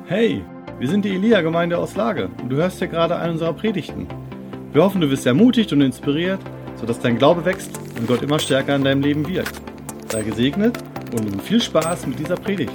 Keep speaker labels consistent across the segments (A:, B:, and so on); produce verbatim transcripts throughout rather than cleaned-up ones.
A: Hey, wir sind die Elia-Gemeinde aus Lage und du hörst hier gerade eine unserer Predigten. Wir hoffen, du wirst ermutigt und inspiriert, sodass dein Glaube wächst und Gott immer stärker in deinem Leben wirkt. Sei gesegnet und nun viel Spaß mit dieser Predigt.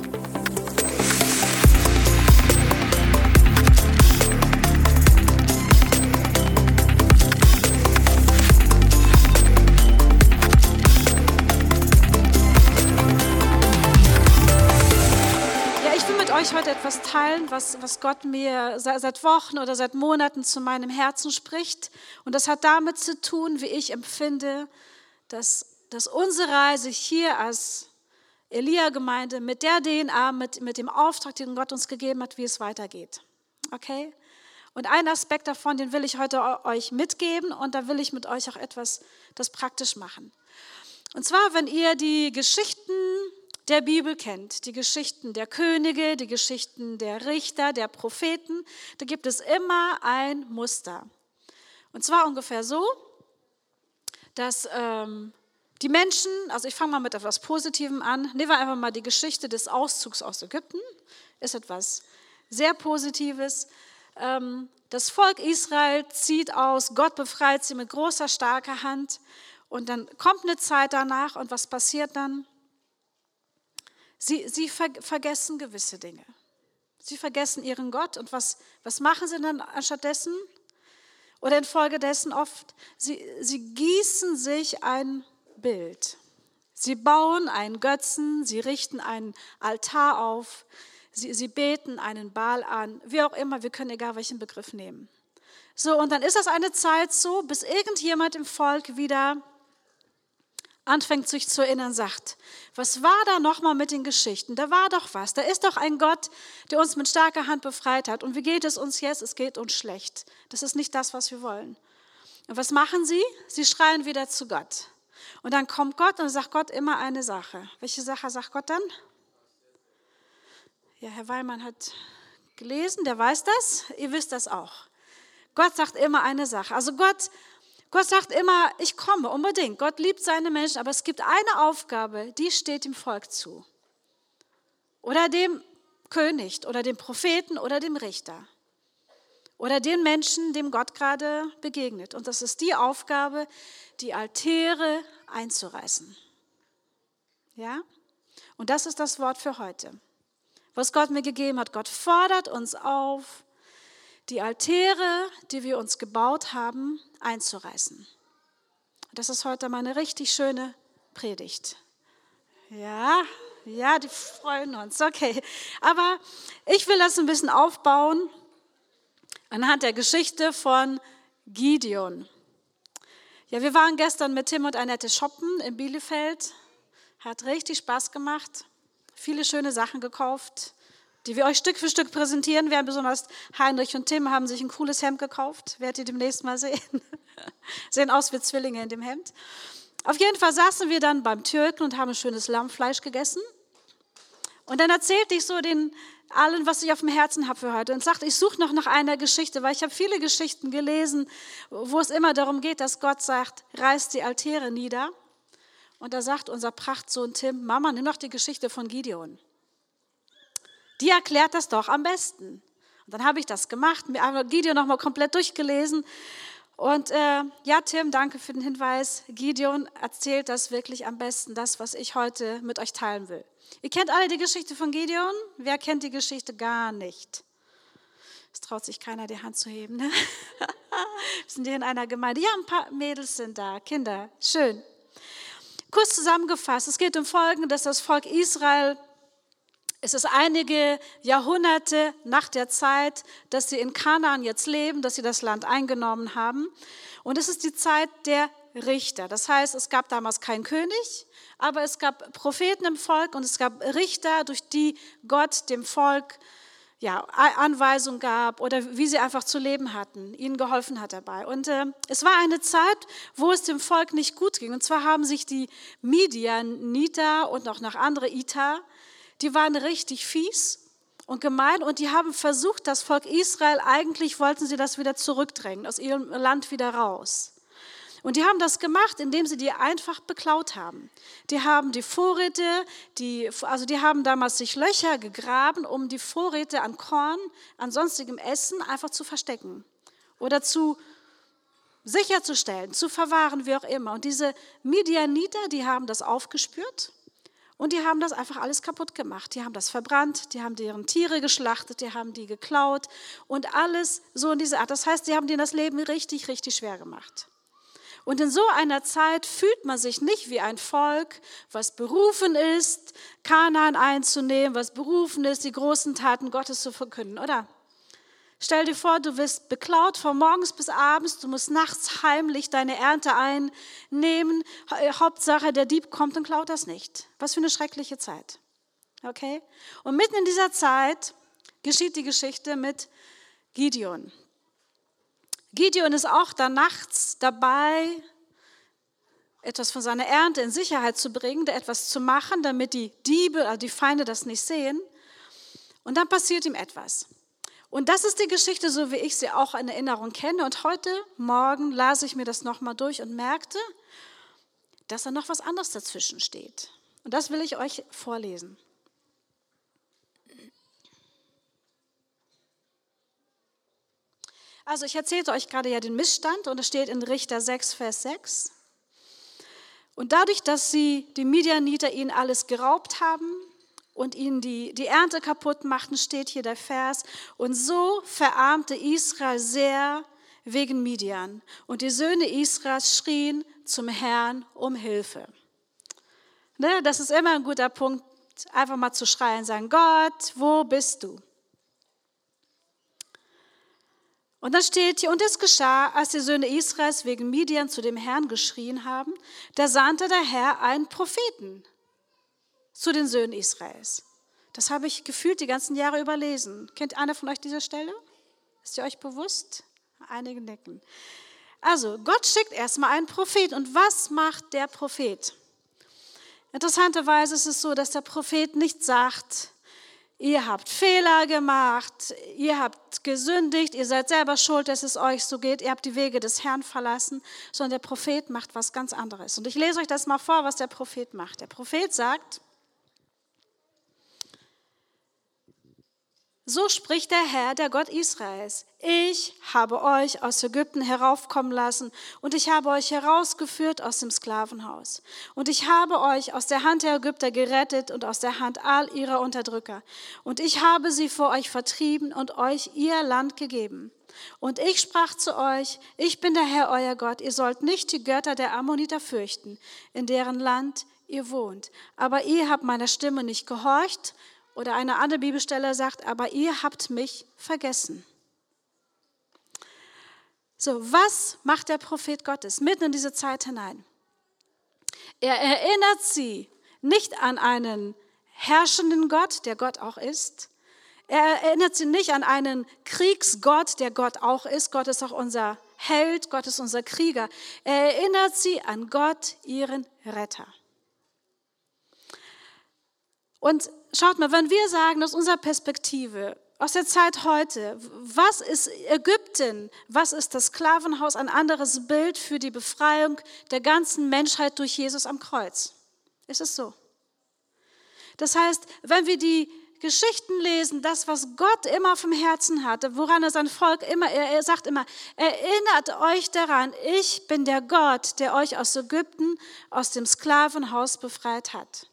B: Heute etwas teilen, was, was Gott mir seit, seit Wochen oder seit Monaten zu meinem Herzen spricht. Und das hat damit zu tun, wie ich empfinde, dass, dass unsere Reise hier als Elia-Gemeinde mit der D N A, mit, mit dem Auftrag, den Gott uns gegeben hat, wie es weitergeht. Okay? Und ein Aspekt davon, den will ich heute euch mitgeben und da will ich mit euch auch etwas das praktisch machen. Und zwar, wenn ihr die Geschichten der Bibel kennt, die Geschichten der Könige, die Geschichten der Richter, der Propheten, da gibt es immer ein Muster. Und zwar ungefähr so, dass ähm, die Menschen, also ich fange mal mit etwas Positivem an, nehmen wir einfach mal die Geschichte des Auszugs aus Ägypten, ist etwas sehr Positives. Ähm, das Volk Israel zieht aus, Gott befreit sie mit großer, starker Hand und dann kommt eine Zeit danach und was passiert dann? Sie, sie ver, vergessen gewisse Dinge. Sie vergessen ihren Gott. Und was, was machen sie dann anstattdessen? Oder infolgedessen oft? Sie, sie gießen sich ein Bild. Sie bauen einen Götzen, sie richten einen Altar auf, sie, sie beten einen Baal an, wie auch immer, wir können egal welchen Begriff nehmen. So, und dann ist das eine Zeit so, bis irgendjemand im Volk wieder anfängt sich zu erinnern, sagt, was war da nochmal mit den Geschichten? Da war doch was. Da ist doch ein Gott, der uns mit starker Hand befreit hat. Und wie geht es uns jetzt? Es geht uns schlecht. Das ist nicht das, was wir wollen. Und was machen sie? Sie schreien wieder zu Gott. Und dann kommt Gott und sagt Gott immer eine Sache. Welche Sache sagt Gott dann? Ja, Herr Weilmann hat gelesen, der weiß das. Ihr wisst das auch. Gott sagt immer eine Sache. Also Gott Gott sagt immer, ich komme unbedingt. Gott liebt seine Menschen, aber es gibt eine Aufgabe, die steht dem Volk zu. Oder dem König, oder dem Propheten, oder dem Richter. Oder den Menschen, dem Gott gerade begegnet. Und das ist die Aufgabe, die Altäre einzureißen. Ja? Und das ist das Wort für heute. Was Gott mir gegeben hat. Gott fordert uns auf, die Altäre, die wir uns gebaut haben, einzureißen. Das ist heute mal eine richtig schöne Predigt. Ja, ja, die freuen uns. Okay, aber ich will das ein bisschen aufbauen anhand der Geschichte von Gideon. Ja, wir waren gestern mit Tim und Annette shoppen in Bielefeld. Hat richtig Spaß gemacht. Viele schöne Sachen gekauft, die wir euch Stück für Stück präsentieren werden. Besonders Heinrich und Tim haben sich ein cooles Hemd gekauft. Werdet ihr demnächst mal sehen. Sehen aus wie Zwillinge in dem Hemd. Auf jeden Fall saßen wir dann beim Türken und haben ein schönes Lammfleisch gegessen. Und dann erzählte ich so den allen, was ich auf dem Herzen habe für heute. Und sagte, ich suche noch nach einer Geschichte, weil ich habe viele Geschichten gelesen, wo es immer darum geht, dass Gott sagt, reißt die Altäre nieder. Und da sagt unser Prachtsohn Tim, Mama, nimm doch die Geschichte von Gideon. Die erklärt das doch am besten. Und dann habe ich das gemacht, mir Gideon nochmal komplett durchgelesen. Und äh, ja, Tim, danke für den Hinweis. Gideon erzählt das wirklich am besten, das, was ich heute mit euch teilen will. Ihr kennt alle die Geschichte von Gideon? Wer kennt die Geschichte gar nicht? Es traut sich keiner, die Hand zu heben. Ne? Wir sind hier in einer Gemeinde. Ja, ein paar Mädels sind da, Kinder. Schön. Kurz zusammengefasst, es geht um Folgendes, dass das Volk Israel, es ist einige Jahrhunderte nach der Zeit, dass sie in Kanaan jetzt leben, dass sie das Land eingenommen haben. Und es ist die Zeit der Richter. Das heißt, es gab damals keinen König, aber es gab Propheten im Volk und es gab Richter, durch die Gott dem Volk ja, Anweisungen gab oder wie sie einfach zu leben hatten, ihnen geholfen hat dabei. Und äh, es war eine Zeit, wo es dem Volk nicht gut ging. Und zwar haben sich die Midianiter und auch noch andere Iter, die waren richtig fies und gemein und die haben versucht, das Volk Israel, eigentlich wollten sie das wieder zurückdrängen, aus ihrem Land wieder raus. Und die haben das gemacht, indem sie die einfach beklaut haben. Die haben die Vorräte, die, also die haben damals sich Löcher gegraben, um die Vorräte an Korn, an sonstigem Essen einfach zu verstecken oder zu sicherzustellen, zu verwahren, wie auch immer. Und diese Midianiter, die haben das aufgespürt und die haben das einfach alles kaputt gemacht. Die haben das verbrannt, die haben deren Tiere geschlachtet, die haben die geklaut und alles so in dieser Art. Das heißt, die haben denen das Leben richtig, richtig schwer gemacht. Und in so einer Zeit fühlt man sich nicht wie ein Volk, was berufen ist, Kanaan einzunehmen, was berufen ist, die großen Taten Gottes zu verkünden, oder? Stell dir vor, du wirst beklaut von morgens bis abends, du musst nachts heimlich deine Ernte einnehmen. Hauptsache, der Dieb kommt und klaut das nicht. Was für eine schreckliche Zeit. Okay? Und mitten in dieser Zeit geschieht die Geschichte mit Gideon. Gideon ist auch da nachts dabei, etwas von seiner Ernte in Sicherheit zu bringen, da etwas zu machen, damit die Diebe, also die Feinde das nicht sehen. Und dann passiert ihm etwas. Und das ist die Geschichte, so wie ich sie auch in Erinnerung kenne. Und heute Morgen las ich mir das nochmal durch und merkte, dass da noch was anderes dazwischen steht. Und das will ich euch vorlesen. Also ich erzählte euch gerade ja den Missstand und es steht in Richter sechs, Vers sechs. Und dadurch, dass sie, die Midianiter, ihnen alles geraubt haben und ihnen die, die Ernte kaputt machten, steht hier der Vers. Und so verarmte Israel sehr wegen Midian. Und die Söhne Israels schrien zum Herrn um Hilfe. Ne, das ist immer ein guter Punkt, einfach mal zu schreien, sagen, Gott, wo bist du? Und dann steht hier, und es geschah, als die Söhne Israels wegen Midian zu dem Herrn geschrien haben, da sandte der Herr einen Propheten zu den Söhnen Israels. Das habe ich gefühlt die ganzen Jahre überlesen. Kennt einer von euch diese Stelle? Ist ihr euch bewusst? Einige nicken. Also, Gott schickt erstmal einen Propheten. Und was macht der Prophet? Interessanterweise ist es so, dass der Prophet nicht sagt, ihr habt Fehler gemacht, ihr habt gesündigt, ihr seid selber schuld, dass es euch so geht, ihr habt die Wege des Herrn verlassen, sondern der Prophet macht was ganz anderes. Und ich lese euch das mal vor, was der Prophet macht. Der Prophet sagt, so spricht der Herr, der Gott Israels, ich habe euch aus Ägypten heraufkommen lassen und ich habe euch herausgeführt aus dem Sklavenhaus. Und ich habe euch aus der Hand der Ägypter gerettet und aus der Hand all ihrer Unterdrücker. Und ich habe sie vor euch vertrieben und euch ihr Land gegeben. Und ich sprach zu euch, ich bin der Herr, euer Gott, ihr sollt nicht die Götter der Ammoniter fürchten, in deren Land ihr wohnt. Aber ihr habt meiner Stimme nicht gehorcht. Oder eine andere Bibelstelle sagt, aber ihr habt mich vergessen. So, was macht der Prophet Gottes mitten in diese Zeit hinein? Er erinnert sie nicht an einen herrschenden Gott, der Gott auch ist. Er erinnert sie nicht an einen Kriegsgott, der Gott auch ist. Gott ist auch unser Held, Gott ist unser Krieger. Er erinnert sie an Gott, ihren Retter. Und schaut mal, wenn wir sagen, aus unserer Perspektive, aus der Zeit heute, was ist Ägypten, was ist das Sklavenhaus, ein anderes Bild für die Befreiung der ganzen Menschheit durch Jesus am Kreuz? Ist es so? Das heißt, wenn wir die Geschichten lesen, das, was Gott immer vom Herzen hatte, woran er sein Volk immer, er, er sagt immer, erinnert euch daran, ich bin der Gott, der euch aus Ägypten, aus dem Sklavenhaus befreit hat.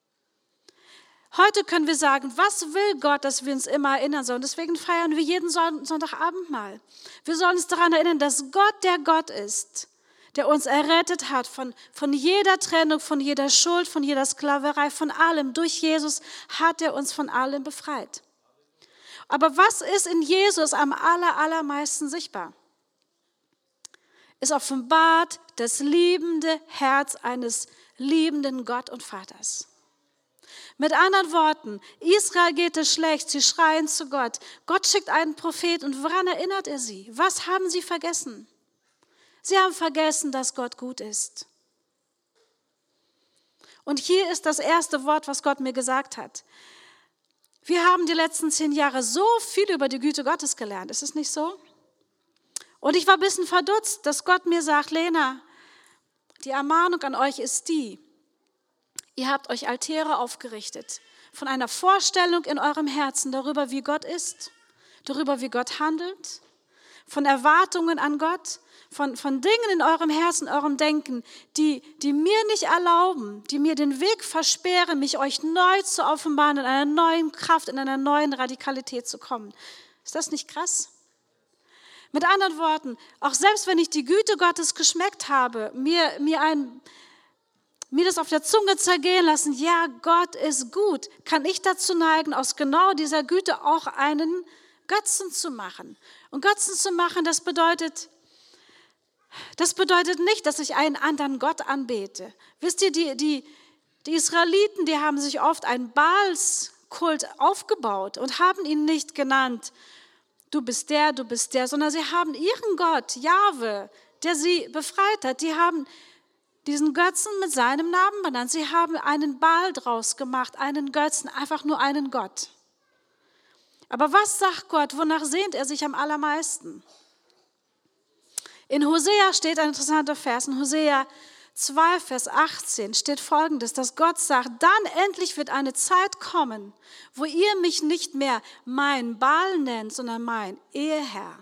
B: Heute können wir sagen, was will Gott, dass wir uns immer erinnern sollen? Deswegen feiern wir jeden Sonntagabend mal. Wir sollen uns daran erinnern, dass Gott der Gott ist, der uns errettet hat von, von jeder Trennung, von jeder Schuld, von jeder Sklaverei, von allem. Durch Jesus hat er uns von allem befreit. Aber was ist in Jesus am aller, allermeisten sichtbar? Es offenbart das liebende Herz eines liebenden Gott und Vaters. Mit anderen Worten, Israel geht es schlecht, sie schreien zu Gott. Gott schickt einen Prophet und woran erinnert er sie? Was haben sie vergessen? Sie haben vergessen, dass Gott gut ist. Und hier ist das erste Wort, was Gott mir gesagt hat. Wir haben die letzten zehn Jahre so viel über die Güte Gottes gelernt, ist es nicht so? Und ich war ein bisschen verdutzt, dass Gott mir sagt, Lena, Die Ermahnung an euch ist die: Ihr habt euch Altäre aufgerichtet, von einer Vorstellung in eurem Herzen darüber, wie Gott ist, darüber, wie Gott handelt, von Erwartungen an Gott, von, von Dingen in eurem Herzen, eurem Denken, die, die mir nicht erlauben, die mir den Weg versperren, mich euch neu zu offenbaren, in einer neuen Kraft, in einer neuen Radikalität zu kommen. Ist das nicht krass? Mit anderen Worten, auch selbst wenn ich die Güte Gottes geschmeckt habe, mir, mir, ein, mir das auf der Zunge zergehen lassen, ja, Gott ist gut, kann ich dazu neigen, aus genau dieser Güte auch einen Götzen zu machen. Und Götzen zu machen, das bedeutet, das bedeutet nicht, dass ich einen anderen Gott anbete. Wisst ihr, die, die, die Israeliten, die haben sich oft einen Baalskult aufgebaut und haben ihn nicht genannt, du bist der, du bist der, sondern sie haben ihren Gott, Jahwe, der sie befreit hat. Die haben diesen Götzen mit seinem Namen benannt. Sie haben einen Baal draus gemacht, einen Götzen, einfach nur einen Gott. Aber was sagt Gott, wonach sehnt er sich am allermeisten? In Hosea steht ein interessanter Vers, in Hosea zwei, Vers achtzehn steht Folgendes, dass Gott sagt, dann endlich wird eine Zeit kommen, wo ihr mich nicht mehr mein Baal nennt, sondern mein Eheherr.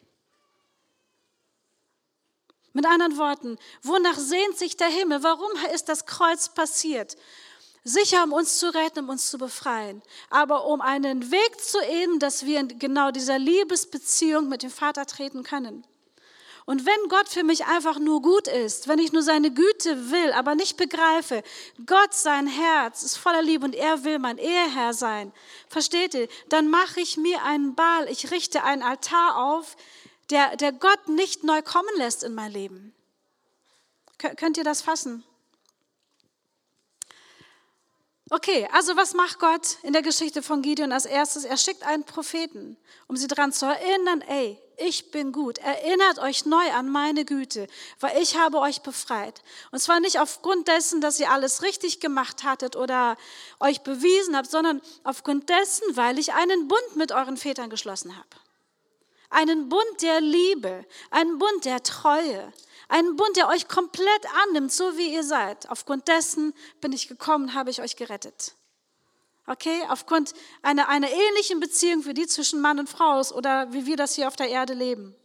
B: Mit anderen Worten, wonach sehnt sich der Himmel? Warum ist das Kreuz passiert? Sicher, um uns zu retten, um uns zu befreien, aber um einen Weg zu ebnen, dass wir in genau dieser Liebesbeziehung mit dem Vater treten können. Und wenn Gott für mich einfach nur gut ist, wenn ich nur seine Güte will, aber nicht begreife, Gott, sein Herz ist voller Liebe und er will mein Eheherr sein, versteht ihr, dann mache ich mir einen Baal, ich richte einen Altar auf, der, der Gott nicht neu kommen lässt in mein Leben. Könnt ihr das fassen? Okay, also was macht Gott in der Geschichte von Gideon als erstes? Er schickt einen Propheten, um sie daran zu erinnern, ey, ich bin gut. Erinnert euch neu an meine Güte, weil ich habe euch befreit. Und zwar nicht aufgrund dessen, dass ihr alles richtig gemacht hattet oder euch bewiesen habt, sondern aufgrund dessen, weil ich einen Bund mit euren Vätern geschlossen habe. Einen Bund der Liebe, einen Bund der Treue. Einen Bund, der euch komplett annimmt, so wie ihr seid. Aufgrund dessen bin ich gekommen, habe ich euch gerettet. Okay? Aufgrund einer, einer ähnlichen Beziehung wie die zwischen Mann und Frau ist oder wie wir das hier auf der Erde leben.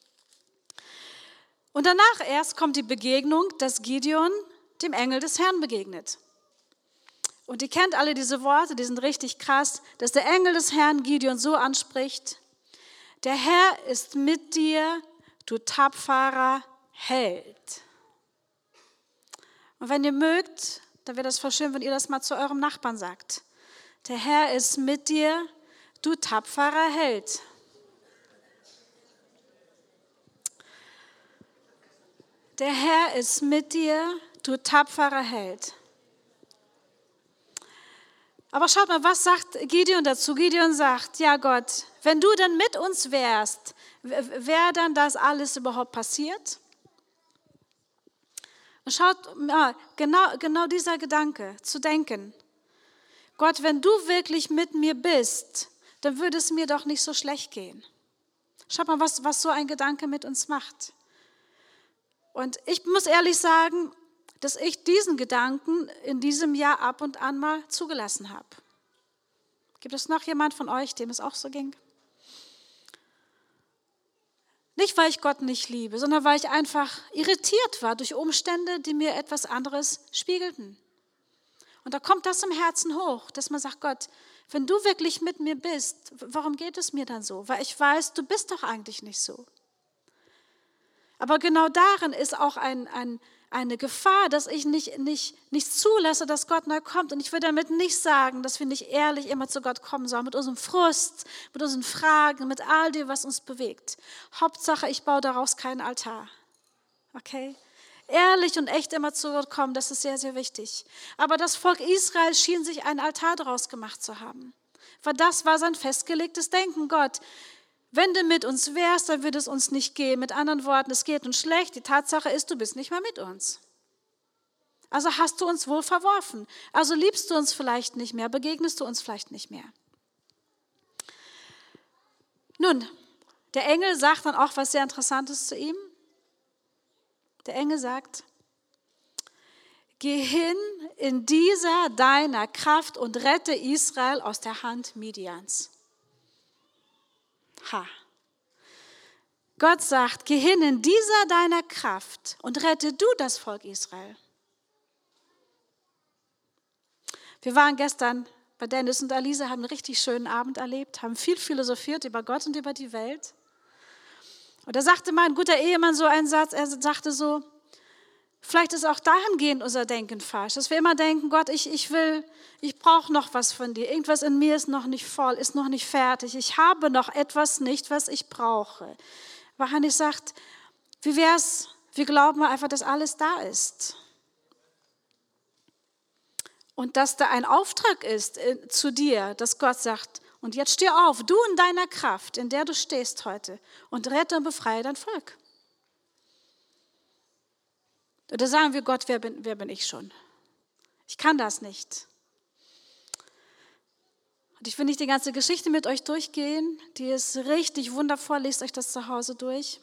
B: Und danach erst kommt die Begegnung, dass Gideon dem Engel des Herrn begegnet. Und ihr kennt alle diese Worte, die sind richtig krass, dass der Engel des Herrn Gideon so anspricht: Der Herr ist mit dir, du tapferer Held. Und wenn ihr mögt, dann wäre das voll schön, wenn ihr das mal zu eurem Nachbarn sagt. Der Herr ist mit dir, du tapferer Held. Der Herr ist mit dir, du tapferer Held. Aber schaut mal, was sagt Gideon dazu? Gideon sagt, ja Gott, wenn du dann mit uns wärst, wäre dann das alles überhaupt passiert? Und schaut mal, genau, genau dieser Gedanke, zu denken, Gott, wenn du wirklich mit mir bist, dann würde es mir doch nicht so schlecht gehen. Schaut mal, was, was so ein Gedanke mit uns macht. Und ich muss ehrlich sagen, dass ich diesen Gedanken in diesem Jahr ab und an mal zugelassen habe. Gibt es noch jemand von euch, dem es auch so ging? Nicht, weil ich Gott nicht liebe, sondern weil ich einfach irritiert war durch Umstände, die mir etwas anderes spiegelten. Und da kommt das im Herzen hoch, dass man sagt, Gott, wenn du wirklich mit mir bist, warum geht es mir dann so? Weil ich weiß, du bist doch eigentlich nicht so. Aber genau darin ist auch ein, ein, eine Gefahr, dass ich nicht, nicht, nicht zulasse, dass Gott neu kommt. Und ich will damit nicht sagen, dass wir nicht ehrlich immer zu Gott kommen sollen, mit unserem Frust, mit unseren Fragen, mit all dem, was uns bewegt. Hauptsache, ich baue daraus keinen Altar. Okay? Ehrlich und echt immer zu Gott kommen, das ist sehr, sehr wichtig. Aber das Volk Israel schien sich einen Altar daraus gemacht zu haben. Weil das war sein festgelegtes Denken. Gott, wenn du mit uns wärst, dann würde es uns nicht gehen. Mit anderen Worten, es geht uns schlecht. Die Tatsache ist, du bist nicht mehr mit uns. Also hast du uns wohl verworfen. Also liebst du uns vielleicht nicht mehr, begegnest du uns vielleicht nicht mehr. Nun, der Engel sagt dann auch was sehr Interessantes zu ihm. Der Engel sagt, geh hin in dieser deiner Kraft und rette Israel aus der Hand Midians. Ha. Gott sagt, geh hin in dieser deiner Kraft und rette du das Volk Israel. Wir waren gestern bei Dennis und Alisa, haben einen richtig schönen Abend erlebt, haben viel philosophiert über Gott und über die Welt. Und da sagte mein guter Ehemann so einen Satz, er sagte so, vielleicht ist auch dahingehend unser Denken falsch, dass wir immer denken, Gott, ich, ich will, ich brauche noch was von dir. Irgendwas in mir ist noch nicht voll, ist noch nicht fertig. Ich habe noch etwas nicht, was ich brauche. Aber Hanni sagt, wie wär's, wir glauben einfach, dass alles da ist. Und dass da ein Auftrag ist äh, zu dir, dass Gott sagt, und jetzt steh auf, du in deiner Kraft, in der du stehst heute, und rette und befreie dein Volk. Oder sagen wir Gott, wer bin, wer bin ich schon? Ich kann das nicht. Und ich will nicht die ganze Geschichte mit euch durchgehen, die ist richtig wundervoll, lest euch das zu Hause durch.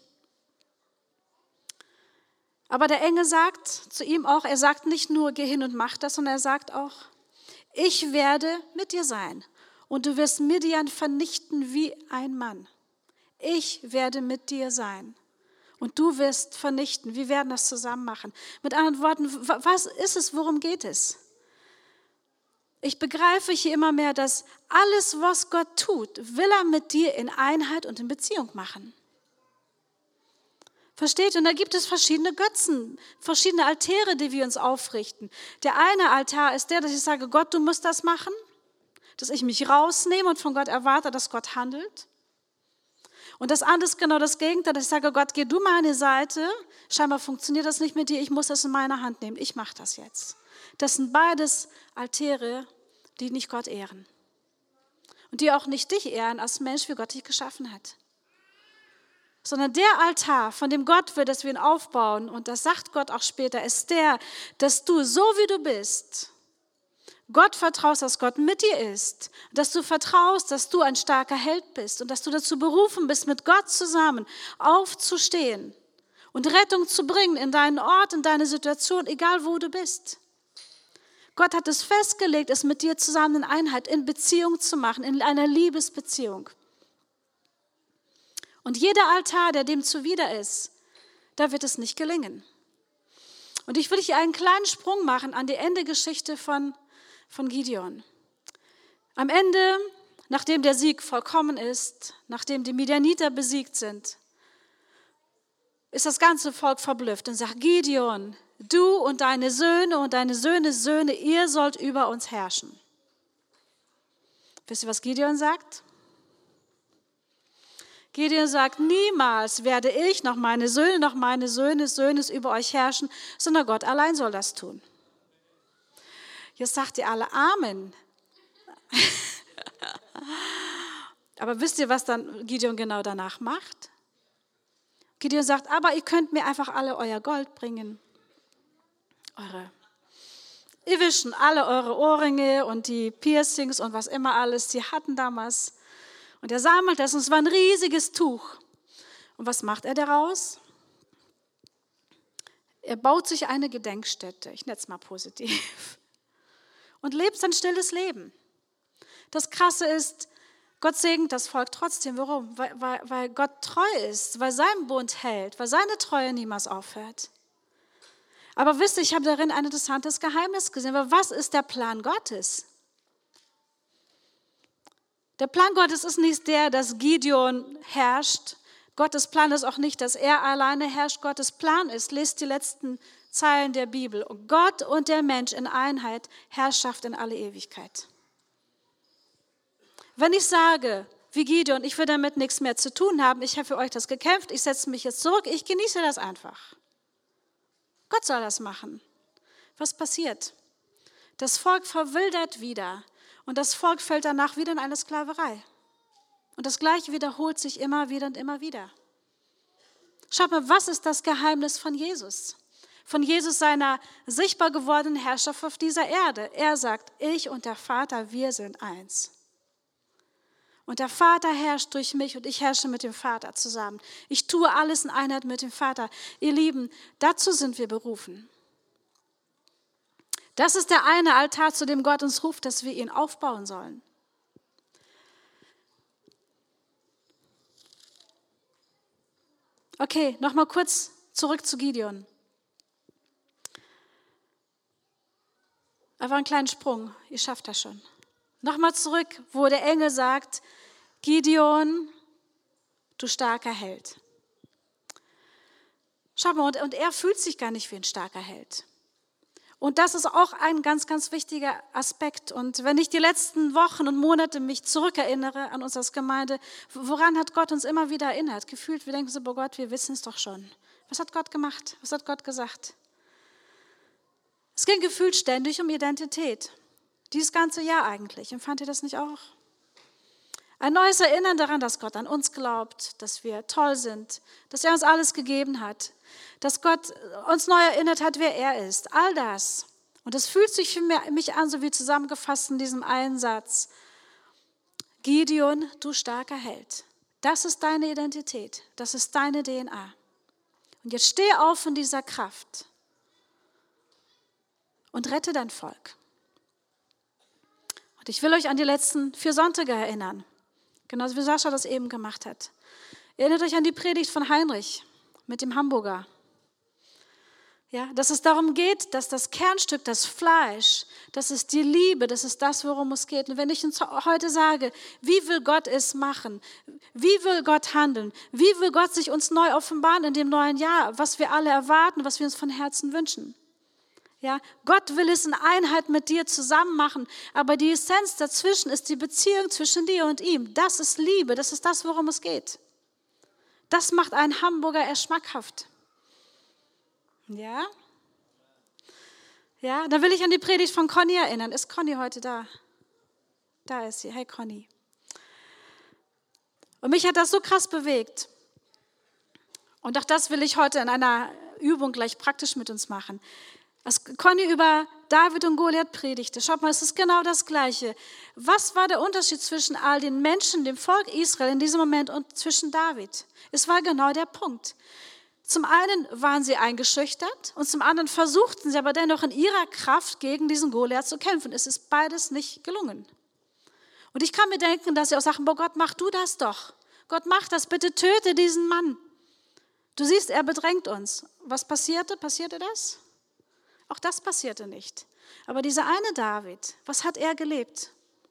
B: Aber der Engel sagt zu ihm auch, er sagt nicht nur, geh hin und mach das, sondern er sagt auch, ich werde mit dir sein und du wirst Midian vernichten wie ein Mann. Ich werde mit dir sein und du wirst vernichten. Wir werden das zusammen machen. Mit anderen Worten, was ist es, worum geht es? Ich begreife hier immer mehr, dass alles, was Gott tut, will er mit dir in Einheit und in Beziehung machen. Versteht? Und da gibt es verschiedene Götzen, verschiedene Altäre, die wir uns aufrichten. Der eine Altar ist der, dass ich sage, Gott, du musst das machen, dass ich mich rausnehme und von Gott erwarte, dass Gott handelt. Und das andere ist genau das Gegenteil, dass ich sage, Gott, geh du mal an die Seite, scheinbar funktioniert das nicht mit dir, ich muss das in meine Hand nehmen, ich mache das jetzt. Das sind beides Altäre, die nicht Gott ehren und die auch nicht dich ehren als Mensch, wie Gott dich geschaffen hat. Sondern der Altar, von dem Gott will, dass wir ihn aufbauen, und das sagt Gott auch später, ist der, dass du so wie du bist, Gott vertraust, dass Gott mit dir ist, dass du vertraust, dass du ein starker Held bist und dass du dazu berufen bist, mit Gott zusammen aufzustehen und Rettung zu bringen in deinen Ort, in deine Situation, egal wo du bist. Gott hat es festgelegt, es mit dir zusammen in Einheit, in Beziehung zu machen, in einer Liebesbeziehung. Und jeder Altar, der dem zuwider ist, da wird es nicht gelingen. Und ich will hier einen kleinen Sprung machen an die Endegeschichte von, von Gideon. Am Ende, nachdem der Sieg vollkommen ist, nachdem die Midianiter besiegt sind, ist das ganze Volk verblüfft und sagt, Gideon, du und deine Söhne und deine Söhne Söhne, ihr sollt über uns herrschen. Wisst ihr, was Gideon sagt? Gideon sagt, niemals werde ich noch meine Söhne, noch meine Söhne, Söhne über euch herrschen, sondern Gott allein soll das tun. Jetzt sagt ihr alle Amen. Aber wisst ihr, was dann Gideon genau danach macht? Gideon sagt, aber ihr könnt mir einfach alle euer Gold bringen. Eure. Ihr wischen alle eure Ohrringe und die Piercings und was immer alles sie hatten damals. Und er sammelt das und es war ein riesiges Tuch. Und was macht er daraus? Er baut sich eine Gedenkstätte, ich nenne es mal positiv, und lebt sein stilles Leben. Das Krasse ist, Gott segnet das Volk trotzdem. Warum? Weil, weil, weil Gott treu ist, weil sein Bund hält, weil seine Treue niemals aufhört. Aber wisst ihr, ich habe darin ein interessantes Geheimnis gesehen. Aber was ist der Plan Gottes? Der Plan Gottes ist nicht der, dass Gideon herrscht. Gottes Plan ist auch nicht, dass er alleine herrscht. Gottes Plan ist, lest die letzten Zeilen der Bibel. Gott und der Mensch in Einheit, Herrschaft in alle Ewigkeit. Wenn ich sage, wie Gideon, ich will damit nichts mehr zu tun haben, ich habe für euch das gekämpft, ich setze mich jetzt zurück, ich genieße das einfach. Gott soll das machen. Was passiert? Das Volk verwildert wieder. Und das Volk fällt danach wieder in eine Sklaverei. Und das Gleiche wiederholt sich immer wieder und immer wieder. Schaut mal, was ist das Geheimnis von Jesus? Von Jesus, seiner sichtbar gewordenen Herrschaft auf dieser Erde. Er sagt, ich und der Vater, wir sind eins. Und der Vater herrscht durch mich und ich herrsche mit dem Vater zusammen. Ich tue alles in Einheit mit dem Vater. Ihr Lieben, dazu sind wir berufen. Das ist der eine Altar, zu dem Gott uns ruft, dass wir ihn aufbauen sollen. Okay, nochmal kurz zurück zu Gideon. Einfach einen kleinen Sprung, ihr schafft das schon. Nochmal zurück, wo der Engel sagt, Gideon, du starker Held. Schau mal, und, und er fühlt sich gar nicht wie ein starker Held. Und das ist auch ein ganz, ganz wichtiger Aspekt. Und wenn ich die letzten Wochen und Monate mich zurückerinnere an uns als Gemeinde, woran hat Gott uns immer wieder erinnert? Gefühlt, wir denken so, oh Gott, wir wissen es doch schon. Was hat Gott gemacht? Was hat Gott gesagt? Es ging gefühlt ständig um Identität. Dieses ganze Jahr eigentlich. Empfand ihr das nicht auch? Ein neues Erinnern daran, dass Gott an uns glaubt, dass wir toll sind, dass er uns alles gegeben hat, dass Gott uns neu erinnert hat, wer er ist. All das. Und das fühlt sich für mich an, so wie zusammengefasst in diesem einen Satz. Gideon, du starker Held. Das ist deine Identität. Das ist deine D N A. Und jetzt steh auf in dieser Kraft und rette dein Volk. Und ich will euch an die letzten vier Sonntage erinnern. Genauso wie Sascha das eben gemacht hat. Erinnert euch an die Predigt von Heinrich mit dem Hamburger. Ja, dass es darum geht, dass das Kernstück, das Fleisch, das ist die Liebe, das ist das, worum es geht. Und wenn ich uns heute sage, wie will Gott es machen? Wie will Gott handeln? Wie will Gott sich uns neu offenbaren in dem neuen Jahr, was wir alle erwarten, was wir uns von Herzen wünschen? Ja, Gott will es in Einheit mit dir zusammen machen, aber die Essenz dazwischen ist die Beziehung zwischen dir und ihm. Das ist Liebe, das ist das, worum es geht. Das macht einen Hamburger erst schmackhaft. Ja? Ja, da will ich an die Predigt von Conny erinnern. Ist Conny heute da? Da ist sie. Hey Conny. Und mich hat das so krass bewegt. Und auch das will ich heute in einer Übung gleich praktisch mit uns machen. Als Conny über David und Goliath predigte, schaut mal, es ist genau das Gleiche. Was war der Unterschied zwischen all den Menschen, dem Volk Israel in diesem Moment und zwischen David? Es war genau der Punkt. Zum einen waren sie eingeschüchtert und zum anderen versuchten sie aber dennoch in ihrer Kraft gegen diesen Goliath zu kämpfen. Es ist beides nicht gelungen. Und ich kann mir denken, dass sie auch sagen, boah Gott, mach du das doch. Gott, mach das, bitte töte diesen Mann. Du siehst, er bedrängt uns. Was passierte? Passierte das? Auch das passierte nicht. Aber dieser eine David, was hat er gelebt?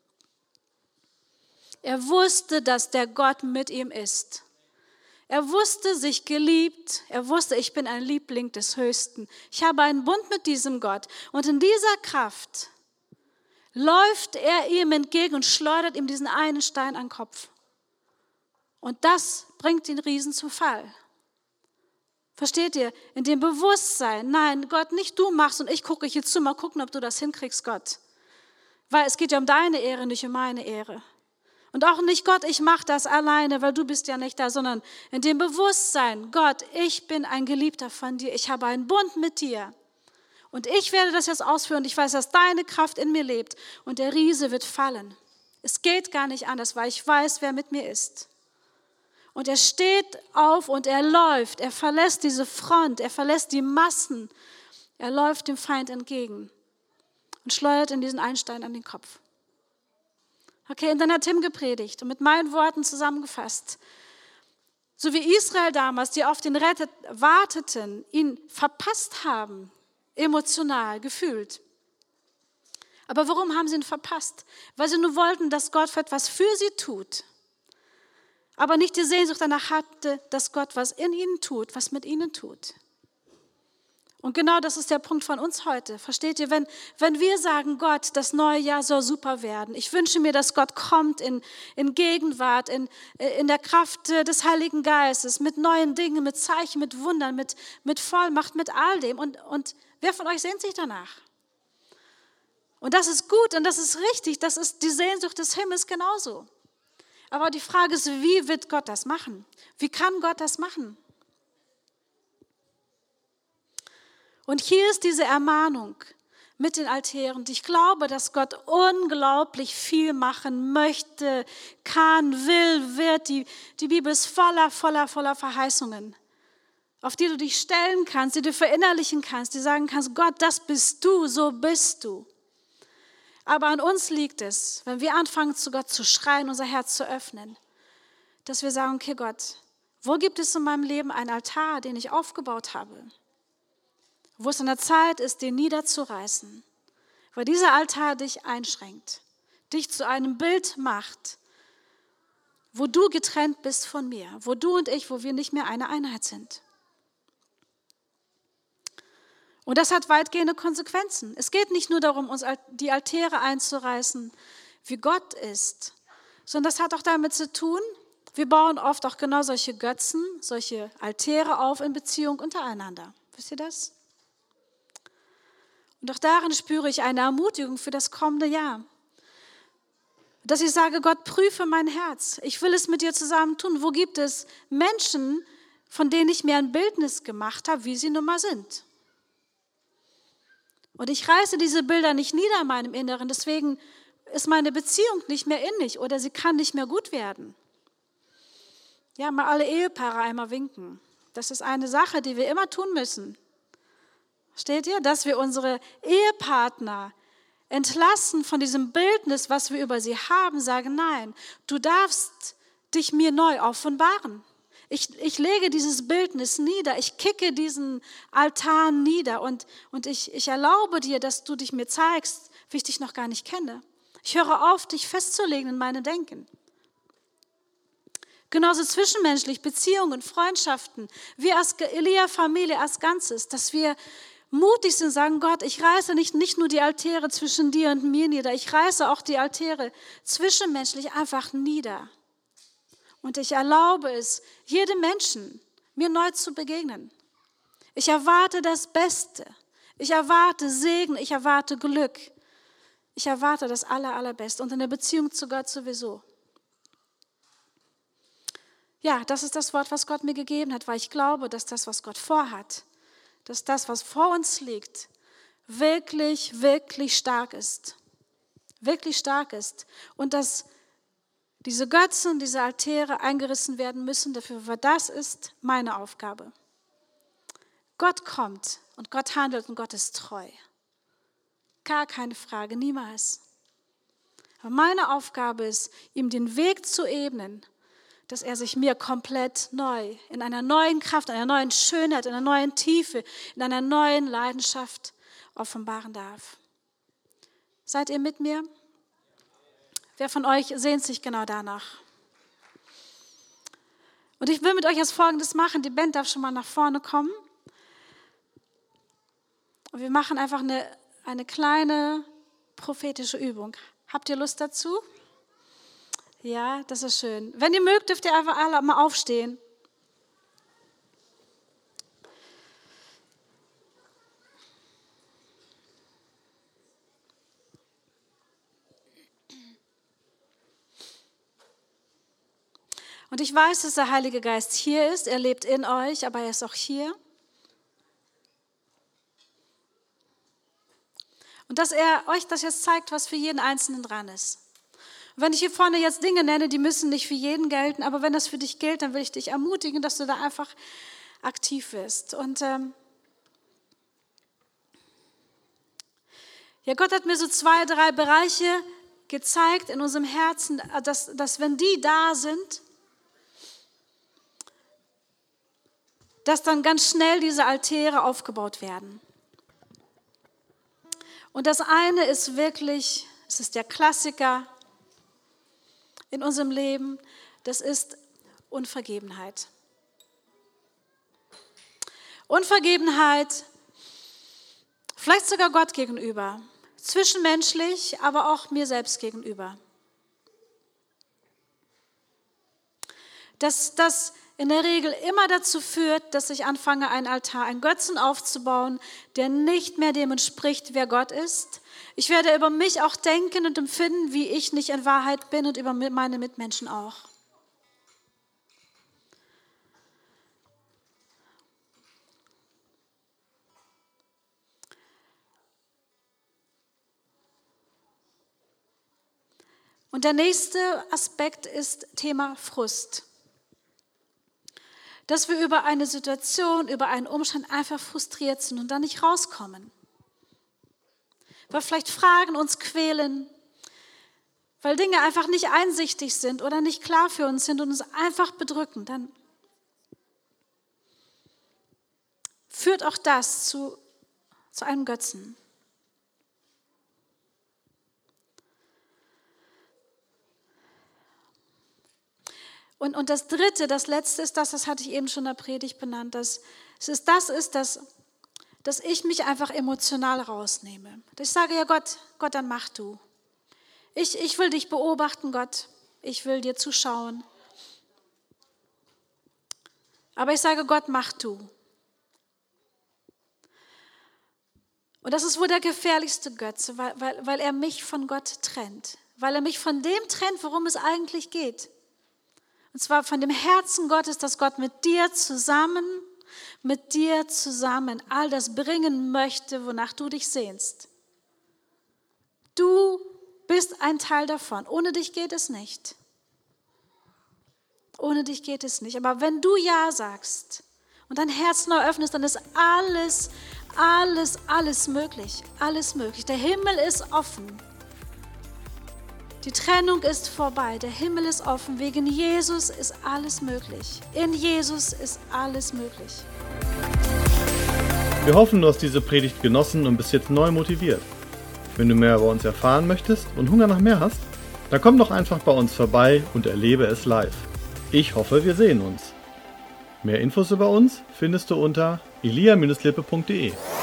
B: Er wusste, dass der Gott mit ihm ist. Er wusste sich geliebt. Er wusste, ich bin ein Liebling des Höchsten. Ich habe einen Bund mit diesem Gott. Und in dieser Kraft läuft er ihm entgegen und schleudert ihm diesen einen Stein an den Kopf. Und das bringt den Riesen zu Fall. Versteht ihr? In dem Bewusstsein, nein, Gott, nicht du machst und ich gucke hier zu, mal gucken, ob du das hinkriegst, Gott. Weil es geht ja um deine Ehre, nicht um meine Ehre. Und auch nicht, Gott, ich mache das alleine, weil du bist ja nicht da, sondern in dem Bewusstsein, Gott, ich bin ein Geliebter von dir, ich habe einen Bund mit dir. Und ich werde das jetzt ausführen, ich weiß, dass deine Kraft in mir lebt und der Riese wird fallen. Es geht gar nicht anders, weil ich weiß, wer mit mir ist. Und er steht auf und er läuft, er verlässt diese Front, er verlässt die Massen, er läuft dem Feind entgegen und schleudert in diesen Einstein an den Kopf. Okay, und dann hat Tim gepredigt und mit meinen Worten zusammengefasst. So wie Israel damals, die auf den Retter warteten, ihn verpasst haben, emotional, gefühlt. Aber warum haben sie ihn verpasst? Weil sie nur wollten, dass Gott etwas für sie tut. Aber nicht die Sehnsucht danach hatte, dass Gott was in ihnen tut, was mit ihnen tut. Und genau das ist der Punkt von uns heute. Versteht ihr, wenn, wenn wir sagen, Gott, das neue Jahr soll super werden. Ich wünsche mir, dass Gott kommt in, in Gegenwart, in, in der Kraft des Heiligen Geistes, mit neuen Dingen, mit Zeichen, mit Wundern, mit, mit Vollmacht, mit all dem. Und, und wer von euch sehnt sich danach? Und das ist gut und das ist richtig. Das ist die Sehnsucht des Himmels genauso. Aber die Frage ist, wie wird Gott das machen? Wie kann Gott das machen? Und hier ist diese Ermahnung mit den Altären. Und ich glaube, dass Gott unglaublich viel machen möchte, kann, will, wird. Die, die Bibel ist voller, voller, voller Verheißungen. auf die du dich stellen kannst, die du verinnerlichen kannst, die sagen kannst, Gott, das bist du, so bist du. Aber an uns liegt es, wenn wir anfangen, zu Gott zu schreien, unser Herz zu öffnen, dass wir sagen, okay Gott, wo gibt es in meinem Leben einen Altar, den ich aufgebaut habe? Wo es an der Zeit ist, den niederzureißen, weil dieser Altar dich einschränkt, dich zu einem Bild macht, wo du getrennt bist von mir, wo du und ich, wo wir nicht mehr eine Einheit sind. Und das hat weitgehende Konsequenzen. Es geht nicht nur darum, uns die Altäre einzureißen, wie Gott ist, sondern das hat auch damit zu tun, wir bauen oft auch genau solche Götzen, solche Altäre auf in Beziehung untereinander. Wisst ihr das? Und auch darin spüre ich eine Ermutigung für das kommende Jahr. Dass ich sage, Gott, prüfe mein Herz. Ich will es mit dir zusammen tun. Wo gibt es Menschen, von denen ich mir ein Bildnis gemacht habe, wie sie nun mal sind? Und ich reiße diese Bilder nicht nieder in meinem Inneren. Deswegen ist meine Beziehung nicht mehr innig oder sie kann nicht mehr gut werden. Ja, mal alle Ehepaare einmal winken. Das ist eine Sache, die wir immer tun müssen. Versteht ihr? Dass wir unsere Ehepartner entlassen von diesem Bildnis, was wir über sie haben, sagen, nein, du darfst dich mir neu offenbaren. Ich, ich lege dieses Bildnis nieder, ich kicke diesen Altar nieder und, und ich, ich erlaube dir, dass du dich mir zeigst, wie ich dich noch gar nicht kenne. Ich höre auf, dich festzulegen in meinem Denken. Genauso zwischenmenschlich, Beziehungen, Freundschaften, wir als Elia-Familie als Ganzes, dass wir mutig sind, sagen, Gott, ich reiße nicht, nicht nur die Altäre zwischen dir und mir nieder, ich reiße auch die Altäre zwischenmenschlich einfach nieder. Und ich erlaube es, jedem Menschen mir neu zu begegnen. Ich erwarte das Beste. Ich erwarte Segen, ich erwarte Glück. Ich erwarte das Aller, Allerbeste und in der Beziehung zu Gott sowieso. Ja, das ist das Wort, was Gott mir gegeben hat, weil ich glaube, dass das, was Gott vorhat, dass das, was vor uns liegt, wirklich, wirklich stark ist. Wirklich stark ist. Und dass diese Götzen, diese Altäre eingerissen werden müssen dafür, weil das ist meine Aufgabe. Gott kommt und Gott handelt und Gott ist treu. Gar keine Frage, niemals. Aber meine Aufgabe ist, ihm den Weg zu ebnen, dass er sich mir komplett neu, in einer neuen Kraft, in einer neuen Schönheit, in einer neuen Tiefe, in einer neuen Leidenschaft offenbaren darf. Seid ihr mit mir? Wer von euch sehnt sich genau danach? Und ich will mit euch jetzt Folgendes machen. Die Band darf schon mal nach vorne kommen. Und wir machen einfach eine, eine kleine prophetische Übung. Habt ihr Lust dazu? Ja, das ist schön. Wenn ihr mögt, dürft ihr einfach alle mal aufstehen. Und ich weiß, dass der Heilige Geist hier ist. Er lebt in euch, aber er ist auch hier. Und dass er euch das jetzt zeigt, was für jeden Einzelnen dran ist. Und wenn ich hier vorne jetzt Dinge nenne, die müssen nicht für jeden gelten, aber wenn das für dich gilt, dann will ich dich ermutigen, dass du da einfach aktiv wirst. Und ähm, ja, Gott hat mir so zwei, drei Bereiche gezeigt in unserem Herzen, dass, dass wenn die da sind, dass dann ganz schnell diese Altäre aufgebaut werden. Und das eine ist wirklich, es ist der Klassiker in unserem Leben, das ist Unvergebenheit. Unvergebenheit, vielleicht sogar Gott gegenüber, zwischenmenschlich, aber auch mir selbst gegenüber. Dass das in der Regel immer dazu führt, dass ich anfange, einen Altar, einen Götzen aufzubauen, der nicht mehr dem entspricht, wer Gott ist. Ich werde über mich auch denken und empfinden, wie ich nicht in Wahrheit bin und über meine Mitmenschen auch. Und der nächste Aspekt ist Thema Frust. dass wir über eine Situation, über einen Umstand einfach frustriert sind und da nicht rauskommen. Weil vielleicht Fragen uns quälen, weil Dinge einfach nicht einsichtig sind oder nicht klar für uns sind und uns einfach bedrücken, dann führt auch das zu, zu einem Götzen. Und, und das Dritte, das Letzte ist das, das hatte ich eben schon in der Predigt benannt, dass es ist, das ist, dass, dass ich mich einfach emotional rausnehme. Dass ich sage, ja Gott, Gott, dann mach du. Ich, ich will dich beobachten, Gott. Ich will dir zuschauen. Aber ich sage, Gott, mach du. Und das ist wohl der gefährlichste Götze, weil, weil, weil er mich von Gott trennt. Weil er mich von dem trennt, worum es eigentlich geht. Und zwar von dem Herzen Gottes, dass Gott mit dir zusammen, mit dir zusammen all das bringen möchte, wonach du dich sehnst. Du bist ein Teil davon. Ohne dich geht es nicht. Ohne dich geht es nicht. Aber wenn du Ja sagst und dein Herz neu öffnest, dann ist alles, alles, alles möglich. Alles möglich. Der Himmel ist offen. Die Trennung ist vorbei, der Himmel ist offen, wegen Jesus ist alles möglich. In Jesus ist alles möglich.
A: Wir hoffen, du hast diese Predigt genossen und bist jetzt neu motiviert. Wenn du mehr über uns erfahren möchtest und Hunger nach mehr hast, dann komm doch einfach bei uns vorbei und erlebe es live. Ich hoffe, wir sehen uns. Mehr Infos über uns findest du unter elia Bindestrich lippe punkt de.